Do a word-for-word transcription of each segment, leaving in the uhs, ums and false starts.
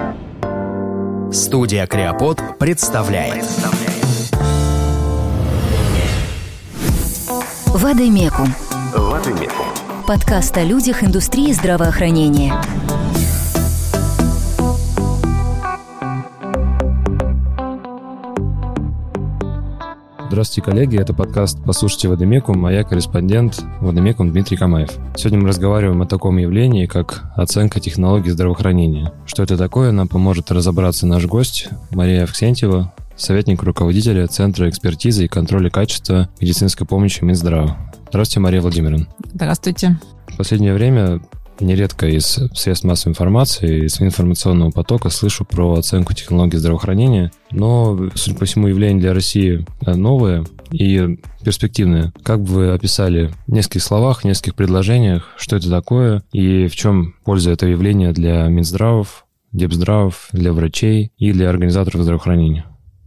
Студия Креопод представляет. Вадимекум. Вадимекум. Подкаст о людях индустрии здравоохранения. Здравствуйте, коллеги, это подкаст «Послушайте Вадимекум», а я корреспондент Вадимекум Дмитрий Камаев. Сегодня мы разговариваем о таком явлении, как оценка технологий здравоохранения. Что это такое, нам поможет разобраться наш гость Мария Авксентьева, советник руководителя Центра экспертизы и контроля качества медицинской помощи Минздрава. Здравствуйте, Мария Владимировна. Здравствуйте. В последнее время нередко из средств массовой информации, из информационного потока слышу про оценку технологий здравоохранения, но, судя по всему, явление для России новое и перспективное. Как бы вы описали в нескольких словах, в нескольких предложениях, что это такое и в чем польза этого явления для Минздравов, Депздравов, для врачей и для организаторов здравоохранения?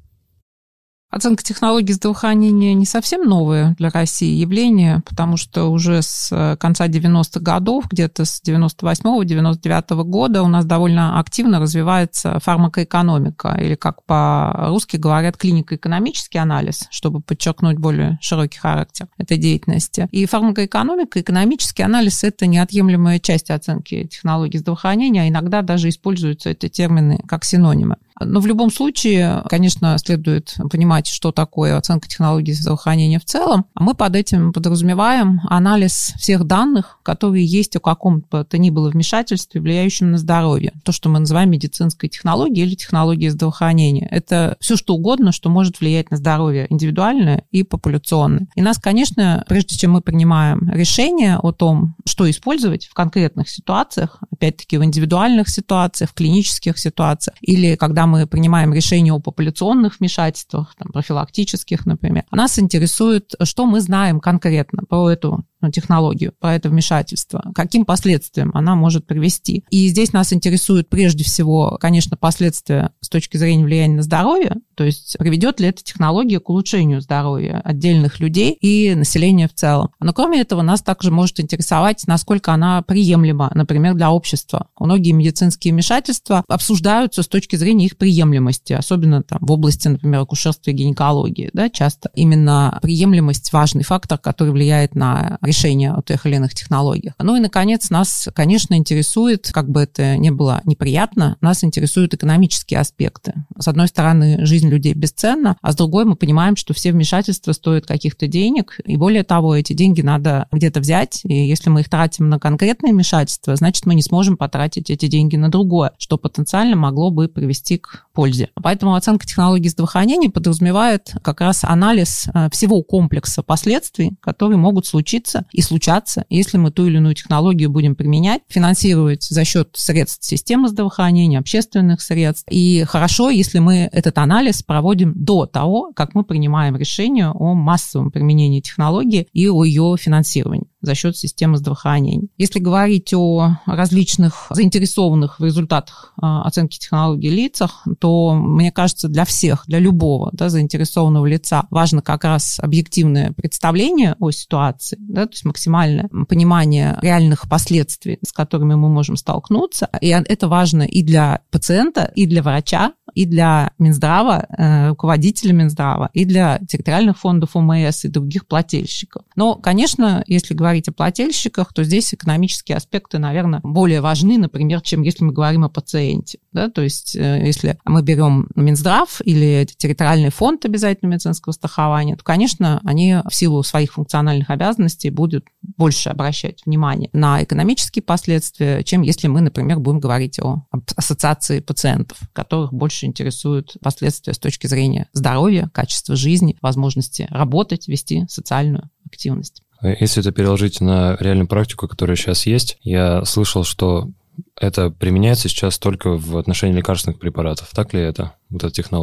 Оценка технологий здравоохранения не совсем новое для России явление, потому что уже с конца девяностых годов, где-то с девяносто восьмого - девяносто девятого года у нас довольно активно развивается фармакоэкономика, или, как по-русски говорят, клинико-экономический анализ, чтобы подчеркнуть более широкий характер этой деятельности. И фармакоэкономика, экономический анализ – это неотъемлемая часть оценки технологий здравоохранения, а иногда даже используются эти термины как синонимы. Но в любом случае, конечно, следует понимать, что такое оценка технологий здравоохранения в целом. А мы под этим подразумеваем анализ всех данных, которые есть о каком-то то ни было вмешательстве, влияющем на здоровье. То, что мы называем медицинской технологией или технологией здравоохранения. Это все что угодно, что может влиять на здоровье индивидуальное и популяционное. И нас, конечно, прежде чем мы принимаем решение о том, что использовать в конкретных ситуациях, опять-таки в индивидуальных ситуациях, в клинических ситуациях, или когда мы принимаем решение о популяционных вмешательствах, там, профилактических, например, нас интересует, что мы знаем конкретно про эту технологию, про это вмешательство, каким последствиям она может привести. И здесь нас интересует прежде всего, конечно, последствия с точки зрения влияния на здоровье, то есть приведет ли эта технология к улучшению здоровья отдельных людей и населения в целом. Но кроме этого нас также может интересовать, насколько она приемлема, например, для общества. Многие медицинские вмешательства обсуждаются с точки зрения их приемлемости, особенно там, в области, например, акушерства и гинекологии. Да, часто именно приемлемость – важный фактор, который влияет на решение о тех или иных технологиях. Ну и, наконец, нас, конечно, интересует, как бы это ни было неприятно, нас интересуют экономические аспекты. С одной стороны, жизнь людей бесценна, а с другой мы понимаем, что все вмешательства стоят каких-то денег, и более того, эти деньги надо где-то взять, и если мы их тратим на конкретные вмешательства, значит, мы не сможем потратить эти деньги на другое, что потенциально могло бы привести к пользе. Поэтому оценка технологий здравоохранения подразумевает как раз анализ всего комплекса последствий, которые могут случиться и случаться, если мы ту или иную технологию будем применять, финансировать за счет средств системы здравоохранения, общественных средств. И хорошо, если мы этот анализ проводим до того, как мы принимаем решение о массовом применении технологии и о ее финансировании за счет системы здравоохранения. Если говорить о различных заинтересованных в результатах оценки технологий лицах, то, мне кажется, для всех, для любого да, заинтересованного лица важно как раз объективное представление о ситуации, да, то есть максимальное понимание реальных последствий, с которыми мы можем столкнуться. И это важно и для пациента, и для врача, и для Минздрава, руководителя Минздрава, и для территориальных фондов ОМС и других плательщиков. Но, конечно, если говорить о плательщиках, то здесь экономические аспекты, наверное, более важны, например, чем если мы говорим о пациенте. Да? То есть если мы берем Минздрав или территориальный фонд обязательного медицинского страхования, то, конечно, они в силу своих функциональных обязанностей будут больше обращать внимание на экономические последствия, чем если мы, например, будем говорить о ассоциации пациентов, которых больше интересуют последствия с точки зрения здоровья, качества жизни, возможности работать, вести социальную активность. Если это переложить на реальную практику, которая сейчас есть, я слышал, что это применяется сейчас только в отношении лекарственных препаратов. Так ли это, вот эта технология?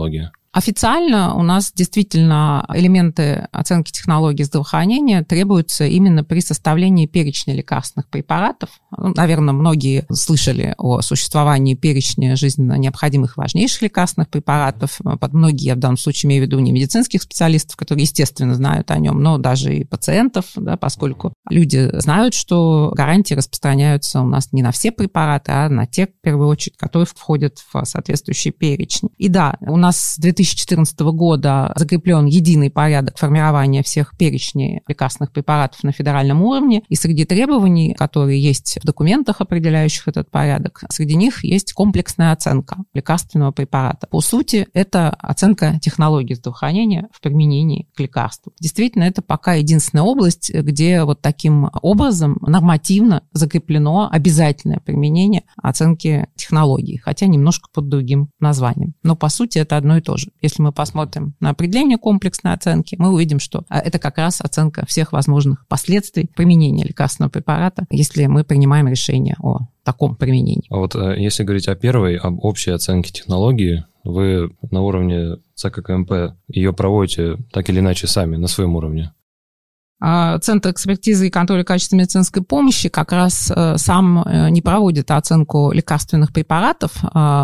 Официально у нас действительно элементы оценки технологий здравоохранения требуются именно при составлении перечня лекарственных препаратов. Наверное, многие слышали о существовании перечня жизненно необходимых важнейших лекарственных препаратов. Под многие, я в данном случае имею в виду не медицинских специалистов, которые, естественно, знают о нем, но даже и пациентов, да, поскольку люди знают, что гарантии распространяются у нас не на все препараты, а на те, в первую очередь, которые входят в соответствующие перечни. И да, у нас с две тысячи четырнадцатого года закреплен единый порядок формирования всех перечней лекарственных препаратов на федеральном уровне, и среди требований, которые есть в документах, определяющих этот порядок, среди них есть комплексная оценка лекарственного препарата. По сути, это оценка технологий здравоохранения в применении к лекарству. Действительно, это пока единственная область, где вот таким образом нормативно закреплено обязательное применение оценки технологий, хотя немножко под другим названием. Но, по сути, это одно и то же. Если мы посмотрим на определение комплексной оценки, мы увидим, что это как раз оценка всех возможных последствий применения лекарственного препарата, если мы принимаем решение о таком применении. А вот если говорить о первой, об общей оценке технологии, вы на уровне ЦККМП ее проводите так или иначе сами, на своем уровне? Центр экспертизы и контроля качества медицинской помощи как раз сам не проводит оценку лекарственных препаратов,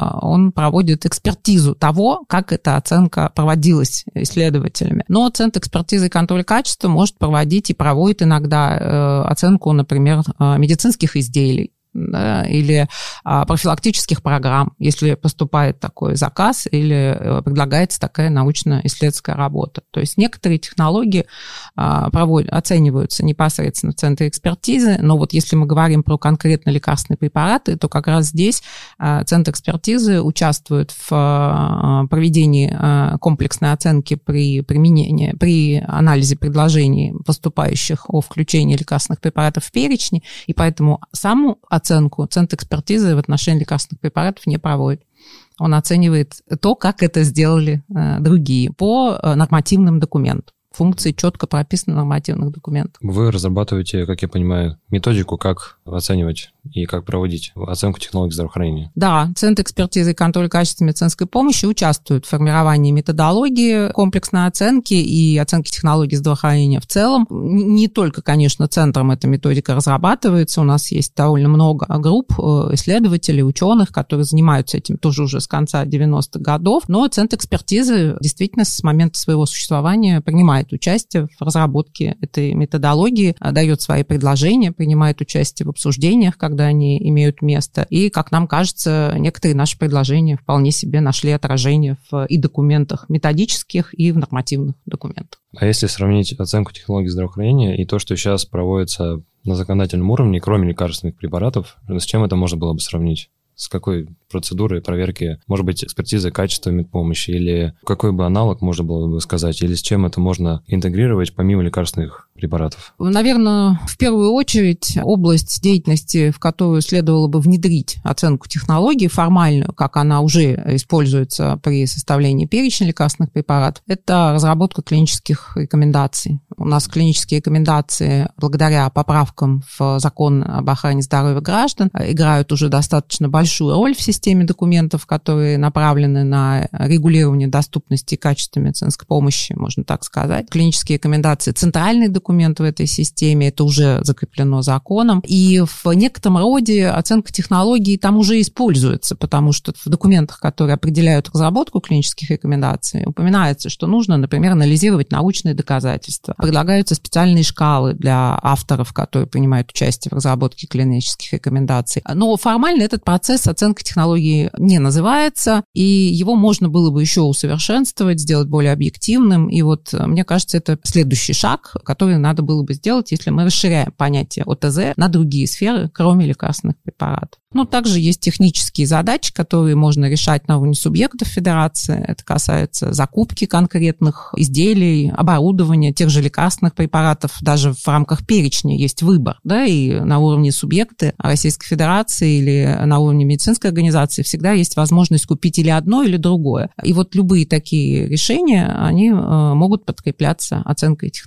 он проводит экспертизу того, как эта оценка проводилась исследователями. Но Центр экспертизы и контроля качества может проводить и проводит иногда оценку, например, медицинских изделий, да, или а, профилактических программ, если поступает такой заказ или предлагается такая научно-исследовательская работа. То есть некоторые технологии а, проводят, оцениваются непосредственно в Центре экспертизы, но вот если мы говорим про конкретно лекарственные препараты, то как раз здесь а, Центр экспертизы участвует в а, проведении а, комплексной оценки при применении, при анализе предложений, поступающих о включении лекарственных препаратов в перечни, и поэтому саму оценку Центр экспертизы в отношении лекарственных препаратов не проводит. Он оценивает то, как это сделали э, другие по э, нормативным документам. Функции четко прописаны в нормативных документах. Вы разрабатываете, как я понимаю, методику, как оценивать и как проводить оценку технологий здравоохранения. Да, Центр экспертизы и контроля качества медицинской помощи участвует в формировании методологии комплексной оценки и оценки технологий здравоохранения в целом. Не только, конечно, Центром эта методика разрабатывается. У нас есть довольно много групп исследователей, ученых, которые занимаются этим тоже уже с конца девяностых годов. Но Центр экспертизы действительно с момента своего существования принимает участие в разработке этой методологии, дает свои предложения, принимает участие в обсуждениях, когда они имеют место. И, как нам кажется, некоторые наши предложения вполне себе нашли отражение в и документах методических, и в нормативных документах. А если сравнить оценку технологий здравоохранения и то, что сейчас проводится на законодательном уровне, кроме лекарственных препаратов, с чем это можно было бы сравнить? С какой процедурой проверки, может быть, экспертизы качества медпомощи, или какой бы аналог можно было бы сказать, или с чем это можно интегрировать помимо лекарственных препаратов? Наверное, в первую очередь область деятельности, в которую следовало бы внедрить оценку технологий формальную, как она уже используется при составлении перечня лекарственных препаратов, это разработка клинических рекомендаций. У нас клинические рекомендации, благодаря поправкам в закон об охране здоровья граждан, играют уже достаточно большую роль в системе документов, которые направлены на регулирование доступности и качества медицинской помощи, можно так сказать. Клинические рекомендации – центральный документ в этой системе, это уже закреплено законом. И в некотором роде оценка технологий там уже используется, потому что в документах, которые определяют разработку клинических рекомендаций, упоминается, что нужно, например, анализировать научные доказательства. Предлагаются специальные шкалы для авторов, которые принимают участие в разработке клинических рекомендаций. Но формально этот процесс оценки технологии не называется, и его можно было бы еще усовершенствовать, сделать более объективным. И вот, мне кажется, это следующий шаг, который надо было бы сделать, если мы расширяем понятие о тэ зэ на другие сферы, кроме лекарственных препаратов. Ну, также есть технические задачи, которые можно решать на уровне субъектов федерации. Это касается закупки конкретных изделий, оборудования, тех же лекарственных препаратов. Даже в рамках перечня есть выбор, да, и на уровне субъекта Российской Федерации или на уровне медицинской организации всегда есть возможность купить или одно, или другое. И вот любые такие решения, они могут подкрепляться оценкой технологий.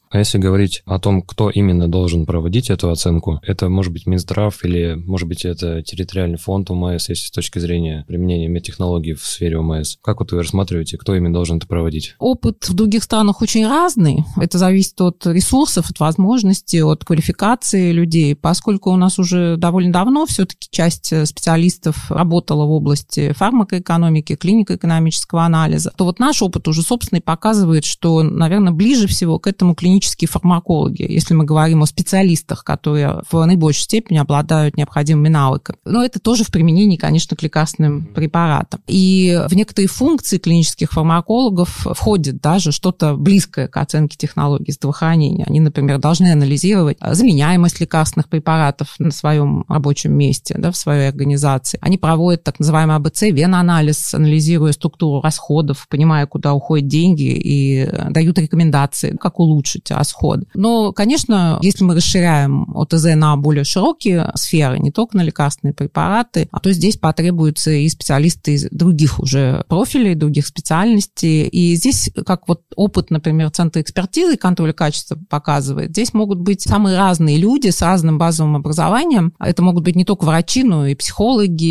А если говорить о том, кто именно должен проводить эту оценку, это может быть Минздрав или, может быть, это территориальный фонд ОМС, если с точки зрения применения медтехнологий в сфере ОМС. Как вот вы рассматриваете, кто именно должен это проводить? Опыт в других странах очень разный. Это зависит от ресурсов, от возможностей, от квалификации людей. Поскольку у нас уже довольно давно все-таки часть специалистов работала в области фармакоэкономики, клинико-экономического анализа, то вот наш опыт уже собственный показывает, что, наверное, ближе всего к этому клинические фармакологи, если мы говорим о специалистах, которые в наибольшей степени обладают необходимыми навыками. Но это тоже в применении, конечно, к лекарственным препаратам. И в некоторые функции клинических фармакологов входит даже что-то близкое к оценке технологий здравоохранения. Они, например, должны анализировать заменяемость лекарственных препаратов на своем рабочем месте, да, в своей организации. Они проводят так называемый а бэ цэ, вен-анализ, анализируя структуру расходов, понимая, куда уходят деньги, и дают рекомендации, как улучшить расходы. Но, конечно, если мы расширяем о тэ зэ на более широкие сферы, не только на лекарственные препараты, то здесь потребуются и специалисты из других уже профилей, других специальностей. И здесь, как вот опыт, например, Центра экспертизы и контроля качества показывает, здесь могут быть самые разные люди с разным базовым образованием. Это могут быть не только врачи, но и психологи,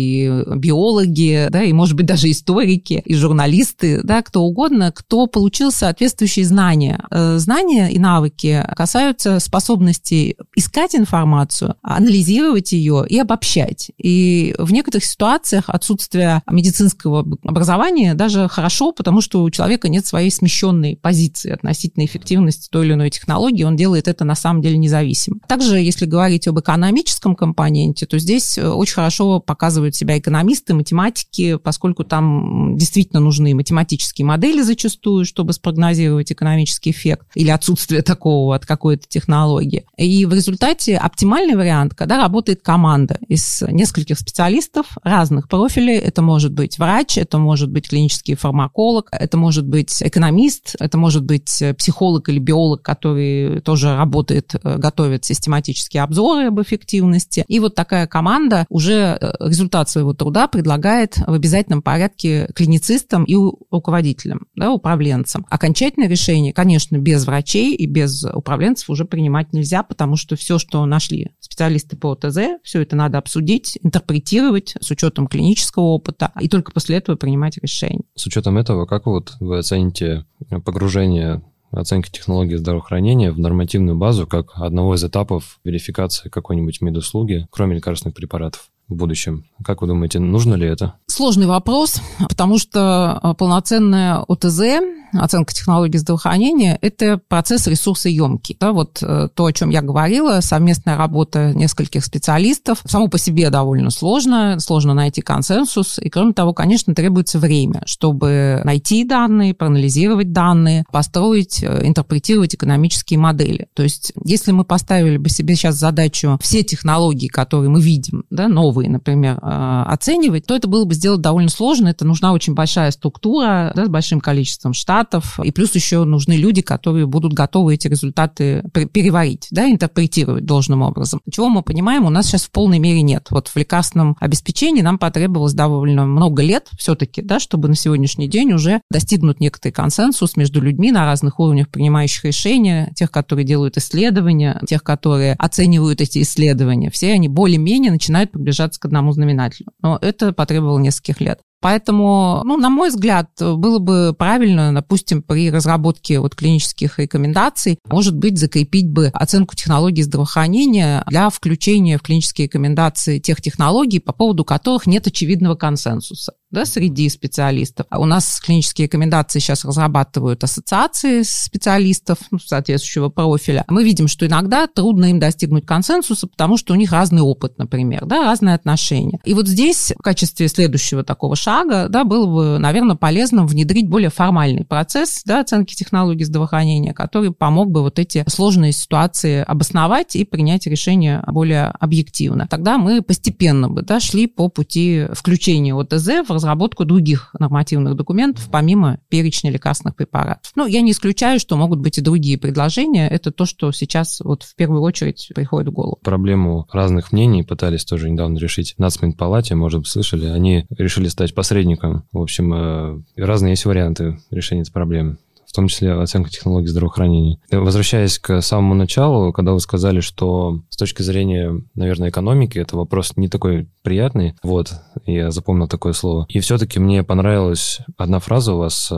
и биологи, да, и, может быть, даже историки, и журналисты, да, кто угодно, кто получил соответствующие знания. Знания и навыки касаются способности искать информацию, анализировать ее и обобщать. И в некоторых ситуациях отсутствие медицинского образования даже хорошо, потому что у человека нет своей смещенной позиции относительно эффективности той или иной технологии, он делает это на самом деле независимо. Также, если говорить об экономическом компоненте, то здесь очень хорошо показывают себя экономисты, математики, поскольку там действительно нужны математические модели зачастую, чтобы спрогнозировать экономический эффект или отсутствие такого от какой-то технологии. И в результате оптимальный вариант, когда работает команда из нескольких специалистов разных профилей. Это может быть врач, это может быть клинический фармаколог, это может быть экономист, это может быть психолог или биолог, который тоже работает, готовит систематические обзоры об эффективности. И вот такая команда уже результат своего труда предлагает в обязательном порядке клиницистам и руководителям, да, управленцам. Окончательное решение, конечно, без врачей и без управленцев уже принимать нельзя, потому что все, что нашли специалисты по о тэ зэ, все это надо обсудить, интерпретировать с учетом клинического опыта, и только после этого принимать решение. С учетом этого, как вот вы оцените погружение оценки технологий здравоохранения в нормативную базу как одного из этапов верификации какой-нибудь медуслуги, кроме лекарственных препаратов в будущем? Как вы думаете, нужно ли это? Сложный вопрос, потому что полноценная о тэ зэ, оценка технологий здравоохранения, это процесс ресурсоемкий. Да, вот то, о чем я говорила, совместная работа нескольких специалистов, само по себе довольно сложно, сложно найти консенсус, и, кроме того, конечно, требуется время, чтобы найти данные, проанализировать данные, построить, интерпретировать экономические модели. То есть, если мы поставили бы себе сейчас задачу все технологии, которые мы видим, да, новые, например, оценивать, то это было бы сделать довольно сложно, это нужна очень большая структура, да, с большим количеством штатов, и плюс еще нужны люди, которые будут готовы эти результаты переварить, да, интерпретировать должным образом. Чего мы понимаем, у нас сейчас в полной мере нет. Вот в лекарственном обеспечении нам потребовалось довольно много лет все-таки, да, чтобы на сегодняшний день уже достигнуть некоторый консенсус между людьми на разных уровнях принимающих решения, тех, которые делают исследования, тех, которые оценивают эти исследования. Все они более-менее начинают приближаться к одному знаменателю. Но это потребовало нескольких лет. Поэтому, ну, на мой взгляд, было бы правильно, допустим, при разработке вот клинических рекомендаций, может быть, закрепить бы оценку технологий здравоохранения для включения в клинические рекомендации тех технологий, по поводу которых нет очевидного консенсуса, да, среди специалистов. А у нас клинические рекомендации сейчас разрабатывают ассоциации специалистов, ну, соответствующего профиля. Мы видим, что иногда трудно им достигнуть консенсуса, потому что у них разный опыт, например, да, разные отношения. И вот здесь в качестве следующего такого шага шага, да, было бы, наверное, полезным внедрить более формальный процесс, да, оценки технологий здравоохранения, который помог бы вот эти сложные ситуации обосновать и принять решение более объективно. Тогда мы постепенно бы, да, шли по пути включения о тэ зэ в разработку других нормативных документов, помимо перечня лекарственных препаратов. Ну, я не исключаю, что могут быть и другие предложения. Это то, что сейчас вот в первую очередь приходит в голову. Проблему разных мнений пытались тоже недавно решить в Нацмедпалате, может быть, слышали. Они решили стать посредником. В общем, разные есть варианты решения этой проблемы. в том числе оценка технологий здравоохранения. Возвращаясь к самому началу, когда вы сказали, что с точки зрения, наверное, экономики, это вопрос не такой приятный, вот, я запомнил такое слово. И все-таки мне понравилась одна фраза у вас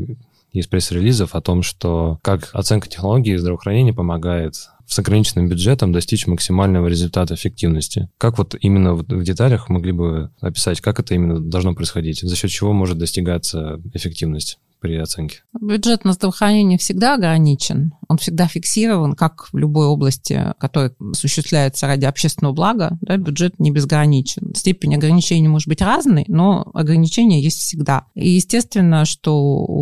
из пресс-релизов о том, что как оценка технологий здравоохранения помогает с ограниченным бюджетом достичь максимального результата эффективности. Как вот именно в деталях могли бы описать, как это именно должно происходить, за счет чего может достигаться эффективность при оценке? Бюджет на здравоохранение всегда ограничен, он всегда фиксирован, как в любой области, которая осуществляется ради общественного блага, да, бюджет не безграничен. Степень ограничений может быть разной, но ограничения есть всегда. И естественно, что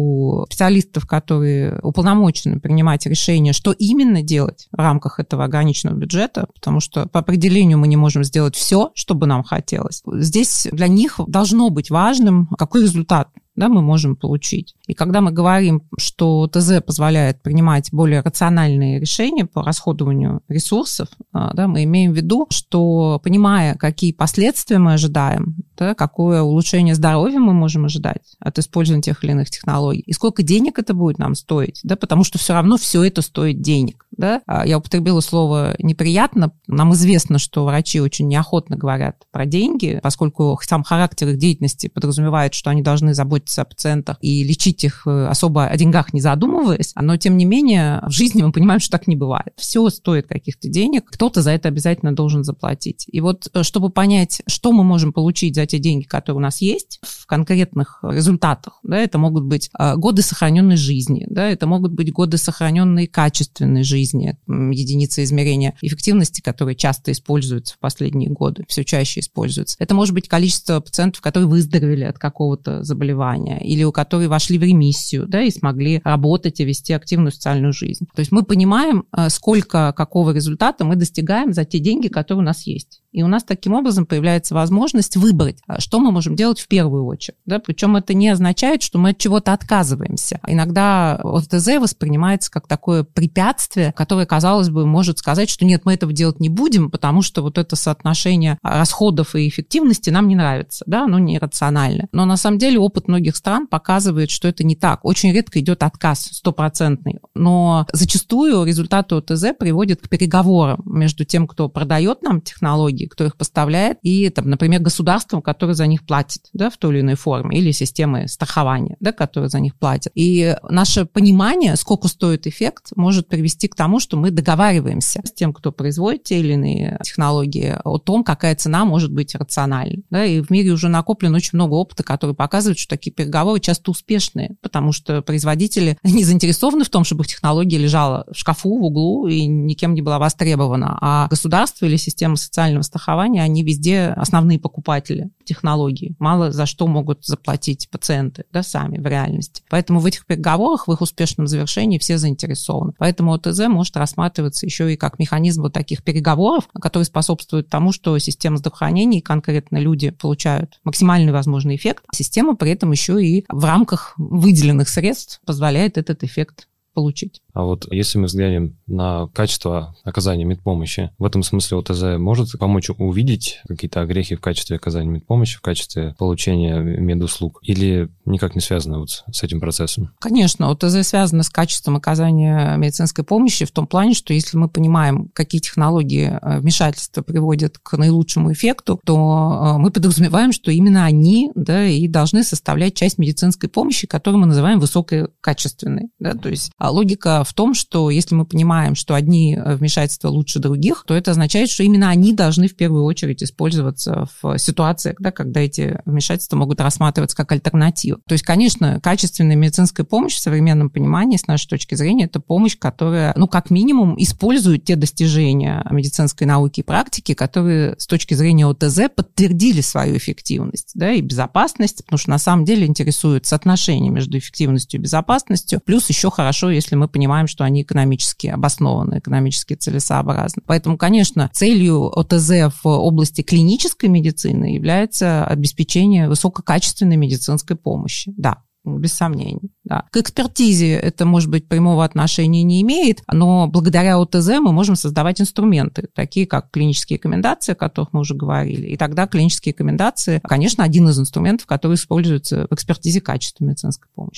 у специалистов, которые уполномочены принимать решение, что именно делать в рамках этого ограниченного бюджета, потому что по определению мы не можем сделать все, что бы нам хотелось. Здесь для них должно быть важным, какой результат, да, мы можем получить. И когда мы говорим, что ТЗ позволяет принимать более рациональные решения по расходованию ресурсов, да, мы имеем в виду, что, понимая, какие последствия мы ожидаем, да, какое улучшение здоровья мы можем ожидать от использования тех или иных технологий, и сколько денег это будет нам стоить, да, потому что все равно все это стоит денег. Да? Я употребила слово «неприятно». Нам известно, что врачи очень неохотно говорят про деньги, поскольку сам характер их деятельности подразумевает, что они должны заботиться о пациентах и лечить их особо о деньгах не задумываясь. Но, тем не менее, в жизни мы понимаем, что так не бывает. Все стоит каких-то денег, кто-то за это обязательно должен заплатить. И вот, чтобы понять, что мы можем получить за те деньги, которые у нас есть, в конкретных результатах, да, это могут быть годы сохраненной жизни, да, это могут быть годы сохраненной качественной жизни, единицы измерения эффективности, которые часто используются в последние годы, все чаще используются. Это может быть количество пациентов, которые выздоровели от какого-то заболевания или у которых вошли в ремиссию, да, и смогли работать и вести активную социальную жизнь. То есть мы понимаем, сколько какого результата мы достигаем за те деньги, которые у нас есть. И у нас таким образом появляется возможность выбрать, что мы можем делать в первую очередь. Да? Причем это не означает, что мы от чего-то отказываемся. Иногда ОТЗ воспринимается как такое препятствие, которое, казалось бы, может сказать, что нет, мы этого делать не будем, потому что вот это соотношение расходов и эффективности нам не нравится, да? Оно нерационально. Но на самом деле опыт многих стран показывает, что это не так. Очень редко идет отказ стопроцентный. Но зачастую результаты ОТЗ приводят к переговорам между тем, кто продает нам технологии, кто их поставляет, и, там, например, государством, которое за них платит, да, в той или иной форме, или системой страхования, да, которые за них платят. И наше понимание, сколько стоит эффект, может привести к тому, что мы договариваемся с тем, кто производит те или иные технологии, о том, какая цена может быть рациональной. Да, и в мире уже накоплено очень много опыта, который показывает, что такие переговоры часто успешные, потому что производители не заинтересованы в том, чтобы их технология лежала в шкафу, в углу и никем не была востребована, а государство или система социального страхования, они везде основные покупатели технологий. Мало за что могут заплатить пациенты, да, сами в реальности. Поэтому в этих переговорах, в их успешном завершении все заинтересованы. Поэтому ОТЗ может рассматриваться еще и как механизм вот таких переговоров, который способствует тому, что система здравоохранения, и конкретно люди получают максимальный возможный эффект. Система при этом еще и в рамках выделенных средств позволяет этот эффект получить. А вот если мы взглянем на качество оказания медпомощи, в этом смысле ОТЗ может помочь увидеть какие-то огрехи в качестве оказания медпомощи, в качестве получения медуслуг, или никак не связано вот с этим процессом? Конечно, ОТЗ связано с качеством оказания медицинской помощи в том плане, что если мы понимаем, какие технологии вмешательства приводят к наилучшему эффекту, то мы подразумеваем, что именно они, да, и должны составлять часть медицинской помощи, которую мы называем высококачественной. Да? То есть логика в том, что если мы понимаем, что одни вмешательства лучше других, то это означает, что именно они должны в первую очередь использоваться в ситуациях, да, когда эти вмешательства могут рассматриваться как альтернатива. То есть, конечно, качественная медицинская помощь в современном понимании, с нашей точки зрения, это помощь, которая, ну, как минимум, использует те достижения медицинской науки и практики, которые с точки зрения ОТЗ подтвердили свою эффективность, да, и безопасность, потому что на самом деле интересует соотношение между эффективностью и безопасностью, плюс еще хорошо, если мы понимаем, что они экономически обоснованы, экономически целесообразны. Поэтому, конечно, целью ОТЗ в области клинической медицины является обеспечение высококачественной медицинской помощи. Да, без сомнений. Да. К экспертизе это, может быть, прямого отношения не имеет, но благодаря ОТЗ мы можем создавать инструменты, такие как клинические рекомендации, о которых мы уже говорили. И тогда клинические рекомендации, конечно, один из инструментов, который используется в экспертизе качества медицинской помощи.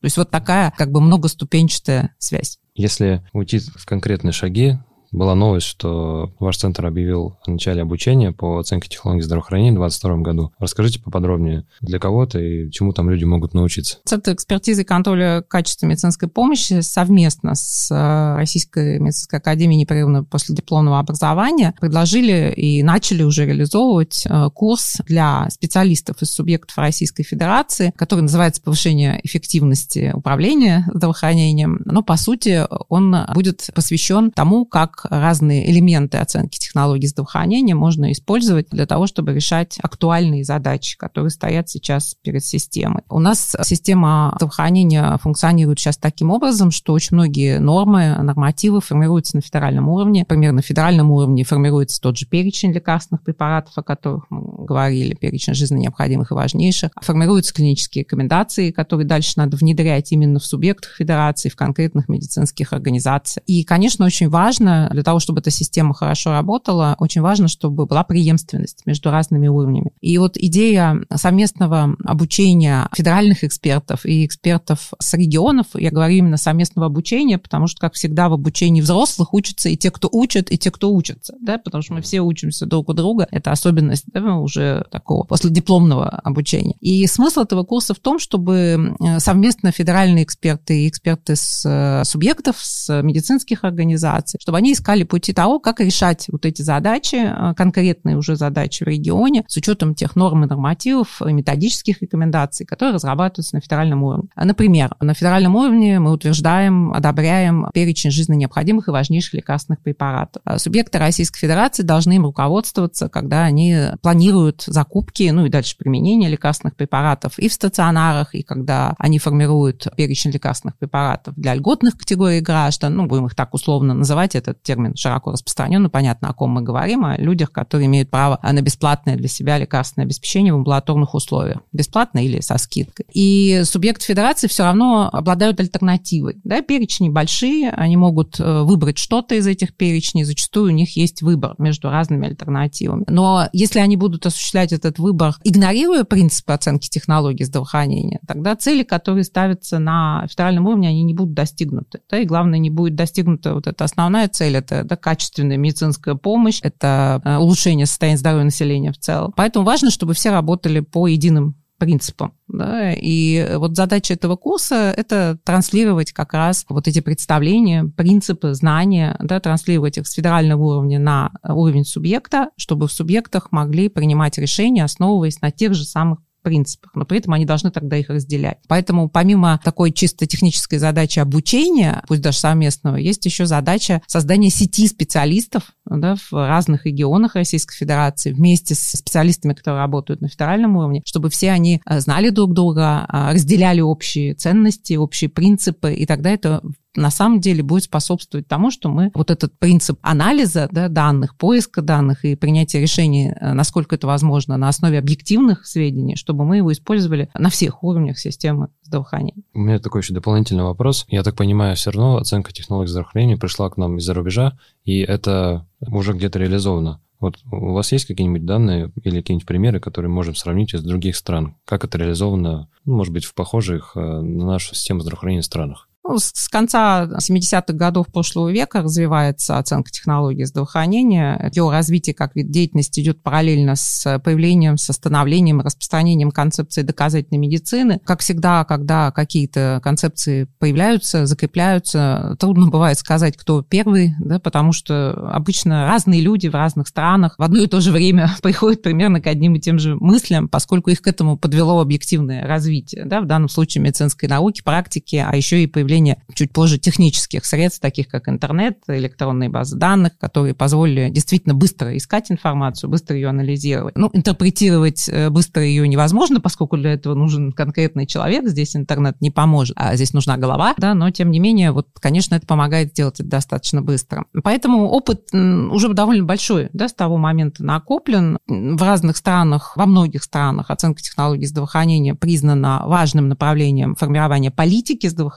То есть вот такая как бы многоступенчатая связь. Если уйти в конкретные шаги, была новость, что ваш центр объявил о начале обучения по оценке технологий здравоохранения в двадцать втором году. Расскажите поподробнее, для кого это и чему там люди могут научиться. Центр экспертизы и контроля качества медицинской помощи совместно с Российской медицинской академией непрерывного последипломного образования предложили и начали уже реализовывать курс для специалистов из субъектов Российской Федерации, который называется «Повышение эффективности управления здравоохранением». Но, по сути, он будет посвящен тому, как разные элементы оценки технологий здравоохранения можно использовать для того, чтобы решать актуальные задачи, которые стоят сейчас перед системой. У нас система здравоохранения функционирует сейчас таким образом, что очень многие нормы, нормативы формируются на федеральном уровне. Например, на федеральном уровне формируется тот же перечень лекарственных препаратов, о которых мы говорили, перечень жизненно необходимых и важнейших. Формируются клинические рекомендации, которые дальше надо внедрять именно в субъектах федерации, в конкретных медицинских организациях. И, конечно, очень важно для того, чтобы эта система хорошо работала, очень важно, чтобы была преемственность между разными уровнями. И вот идея совместного обучения федеральных экспертов и экспертов с регионов, я говорю именно совместного обучения, потому что, как всегда, в обучении взрослых учатся и те, кто учат, и те, кто учатся, да, потому что мы все учимся друг у друга. Это особенность, да, уже такого последипломного обучения. И смысл этого курса в том, чтобы совместно федеральные эксперты и эксперты с субъектов, с медицинских организаций, чтобы они искали пути того, как решать вот эти задачи, конкретные уже задачи в регионе, с учетом тех норм и нормативов, методических рекомендаций, которые разрабатываются на федеральном уровне. Например, на федеральном уровне мы утверждаем, одобряем перечень жизненно необходимых и важнейших лекарственных препаратов. Субъекты Российской Федерации должны им руководствоваться, когда они планируют закупки, ну и дальше применение лекарственных препаратов и в стационарах, и когда они формируют перечень лекарственных препаратов для льготных категорий граждан, ну, будем их так условно называть, этот термин широко распространен, понятно, о ком мы говорим, о людях, которые имеют право на бесплатное для себя лекарственное обеспечение в амбулаторных условиях. Бесплатно или со скидкой. И субъекты федерации все равно обладают альтернативой. Да, перечни большие, они могут выбрать что-то из этих перечней, зачастую у них есть выбор между разными альтернативами. Но если они будут осуществлять этот выбор, игнорируя принципы оценки технологий здравоохранения, тогда цели, которые ставятся на федеральном уровне, они не будут достигнуты. Да, и главное, не будет достигнута вот эта основная цель, это да, качественная медицинская помощь, это улучшение состояния здоровья населения в целом. Поэтому важно, чтобы все работали по единым принципам. Да? И вот задача этого курса – это транслировать как раз вот эти представления, принципы, знания, да, транслировать их с федерального уровня на уровень субъекта, чтобы в субъектах могли принимать решения, основываясь на тех же самых принципах, но при этом они должны тогда их разделять. Поэтому помимо такой чисто технической задачи обучения, пусть даже совместного, есть еще задача создания сети специалистов, да, в разных регионах Российской Федерации вместе с специалистами, которые работают на федеральном уровне, чтобы все они знали друг друга, разделяли общие ценности, общие принципы, и тогда это на самом деле будет способствовать тому, что мы вот этот принцип анализа, да, данных, поиска данных и принятия решений, насколько это возможно, на основе объективных сведений, чтобы мы его использовали на всех уровнях системы здравоохранения. У меня такой еще дополнительный вопрос. Я так понимаю, все равно оценка технологий здравоохранения пришла к нам из-за рубежа, и это уже где-то реализовано. Вот у вас есть какие-нибудь данные или какие-нибудь примеры, которые можем сравнить из других стран? Как это реализовано, ну, может быть, в похожих на нашу систему здравоохранения странах? Ну, с конца семидесятых годов прошлого века развивается оценка технологий здравоохранения. Ее развитие как вид деятельности идет параллельно с появлением, с становлением, распространением концепции доказательной медицины. Как всегда, когда какие-то концепции появляются, закрепляются, трудно бывает сказать, кто первый, да, потому что обычно разные люди в разных странах в одно и то же время приходят примерно к одним и тем же мыслям, поскольку их к этому подвело объективное развитие, да, в данном случае медицинской науки, практики, а еще и появление чуть позже технических средств, таких как интернет, электронные базы данных, которые позволили действительно быстро искать информацию, быстро ее анализировать. Ну, интерпретировать быстро ее невозможно, поскольку для этого нужен конкретный человек, здесь интернет не поможет, а здесь нужна голова, да, но тем не менее, вот, конечно, это помогает сделать это достаточно быстро. Поэтому опыт уже довольно большой, да, с того момента накоплен. В разных странах, во многих странах оценка технологий здравоохранения признана важным направлением формирования политики здравоохранения,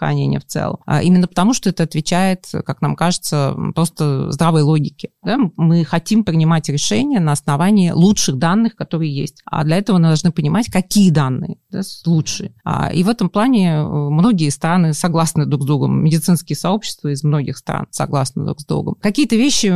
в целом. Именно потому, что это отвечает, как нам кажется, просто здравой логике. Да? Мы хотим принимать решения на основании лучших данных, которые есть. А для этого мы должны понимать, какие данные, да, лучшие. И в этом плане многие страны согласны друг с другом. Медицинские сообщества из многих стран согласны друг с другом. Какие-то вещи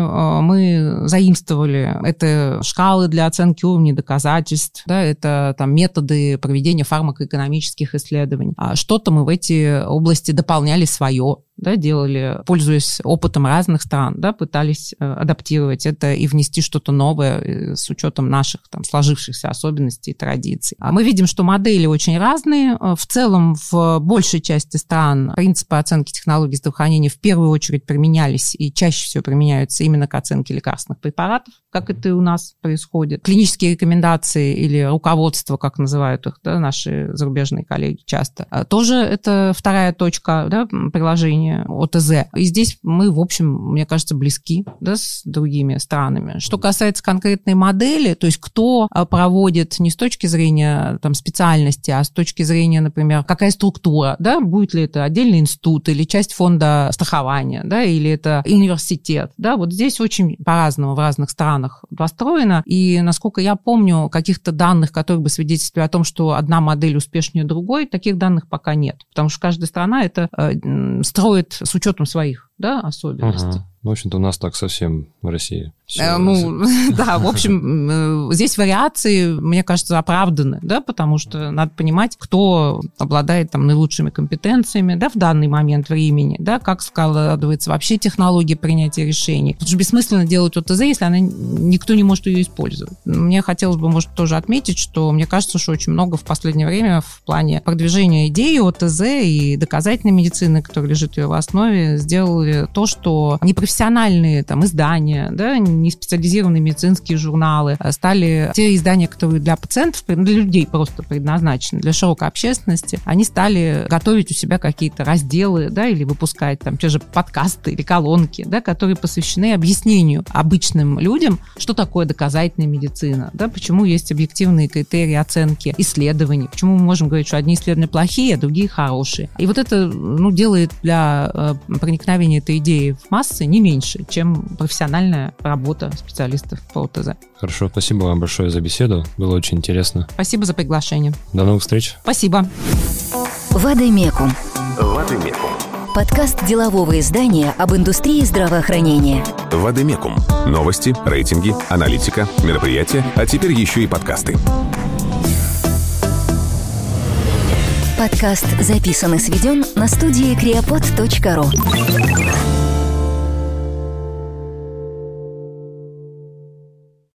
мы заимствовали. Это шкалы для оценки уровней доказательств, да, это там, методы проведения фармакоэкономических исследований. А что-то мы в эти области дополняли свое. Да, делали, пользуясь опытом разных стран, да, пытались э, адаптировать это и внести что-то новое э, с учетом наших там, сложившихся особенностей и традиций. А мы видим, что модели очень разные. В целом, в большей части стран принципы оценки технологий здравоохранения в первую очередь применялись и чаще всего применяются именно к оценке лекарственных препаратов, как это и у нас происходит. Клинические рекомендации или руководство, как называют их, да, наши зарубежные коллеги часто, тоже это вторая точка, да, приложения ОТЗ. И здесь мы, в общем, мне кажется, близки, да, с другими странами. Что касается конкретной модели, то есть кто проводит не с точки зрения там, специальности, а с точки зрения, например, какая структура, да, будет ли это отдельный институт или часть фонда страхования, да, или это университет. Да, вот здесь очень по-разному в разных странах построено. И, насколько я помню, каких-то данных, которые бы свидетельствовали о том, что одна модель успешнее другой, таких данных пока нет. Потому что каждая страна это э, строит с учетом своих, да, особенностей. Ага. В общем-то, у нас так совсем в России. Э, ну, да, в общем, здесь вариации, мне кажется, оправданы, да, потому что надо понимать, кто обладает там наилучшими компетенциями, да, в данный момент времени, да, как складывается вообще технология принятия решений. Потому что бессмысленно делать ОТЗ, если она, никто не может ее использовать. Мне хотелось бы, может, тоже отметить, что мне кажется, что очень много в последнее время в плане продвижения идеи ОТЗ и доказательной медицины, которая лежит ее в основе, сделали то, что непрофессиональные там издания, да, не специализированные медицинские журналы стали те издания, которые для пациентов, для людей просто предназначены, для широкой общественности, они стали готовить у себя какие-то разделы, да, или выпускать там те же подкасты или колонки, да, которые посвящены объяснению обычным людям, что такое доказательная медицина, да, почему есть объективные критерии оценки исследований, почему мы можем говорить, что одни исследования плохие, а другие хорошие. И вот это, ну, делает для э, проникновения этой идеи в массы не меньше, чем профессиональная работа специалистов по ОТЗ. Хорошо, спасибо вам большое за беседу. Было очень интересно. Спасибо за приглашение. До новых встреч. Спасибо. Вадимекум. Вадимекум. Подкаст делового издания об индустрии здравоохранения. Вадимекум. Новости, рейтинги, аналитика, мероприятия, а теперь еще и подкасты. Подкаст записан и сведен на студии креопод точка ру.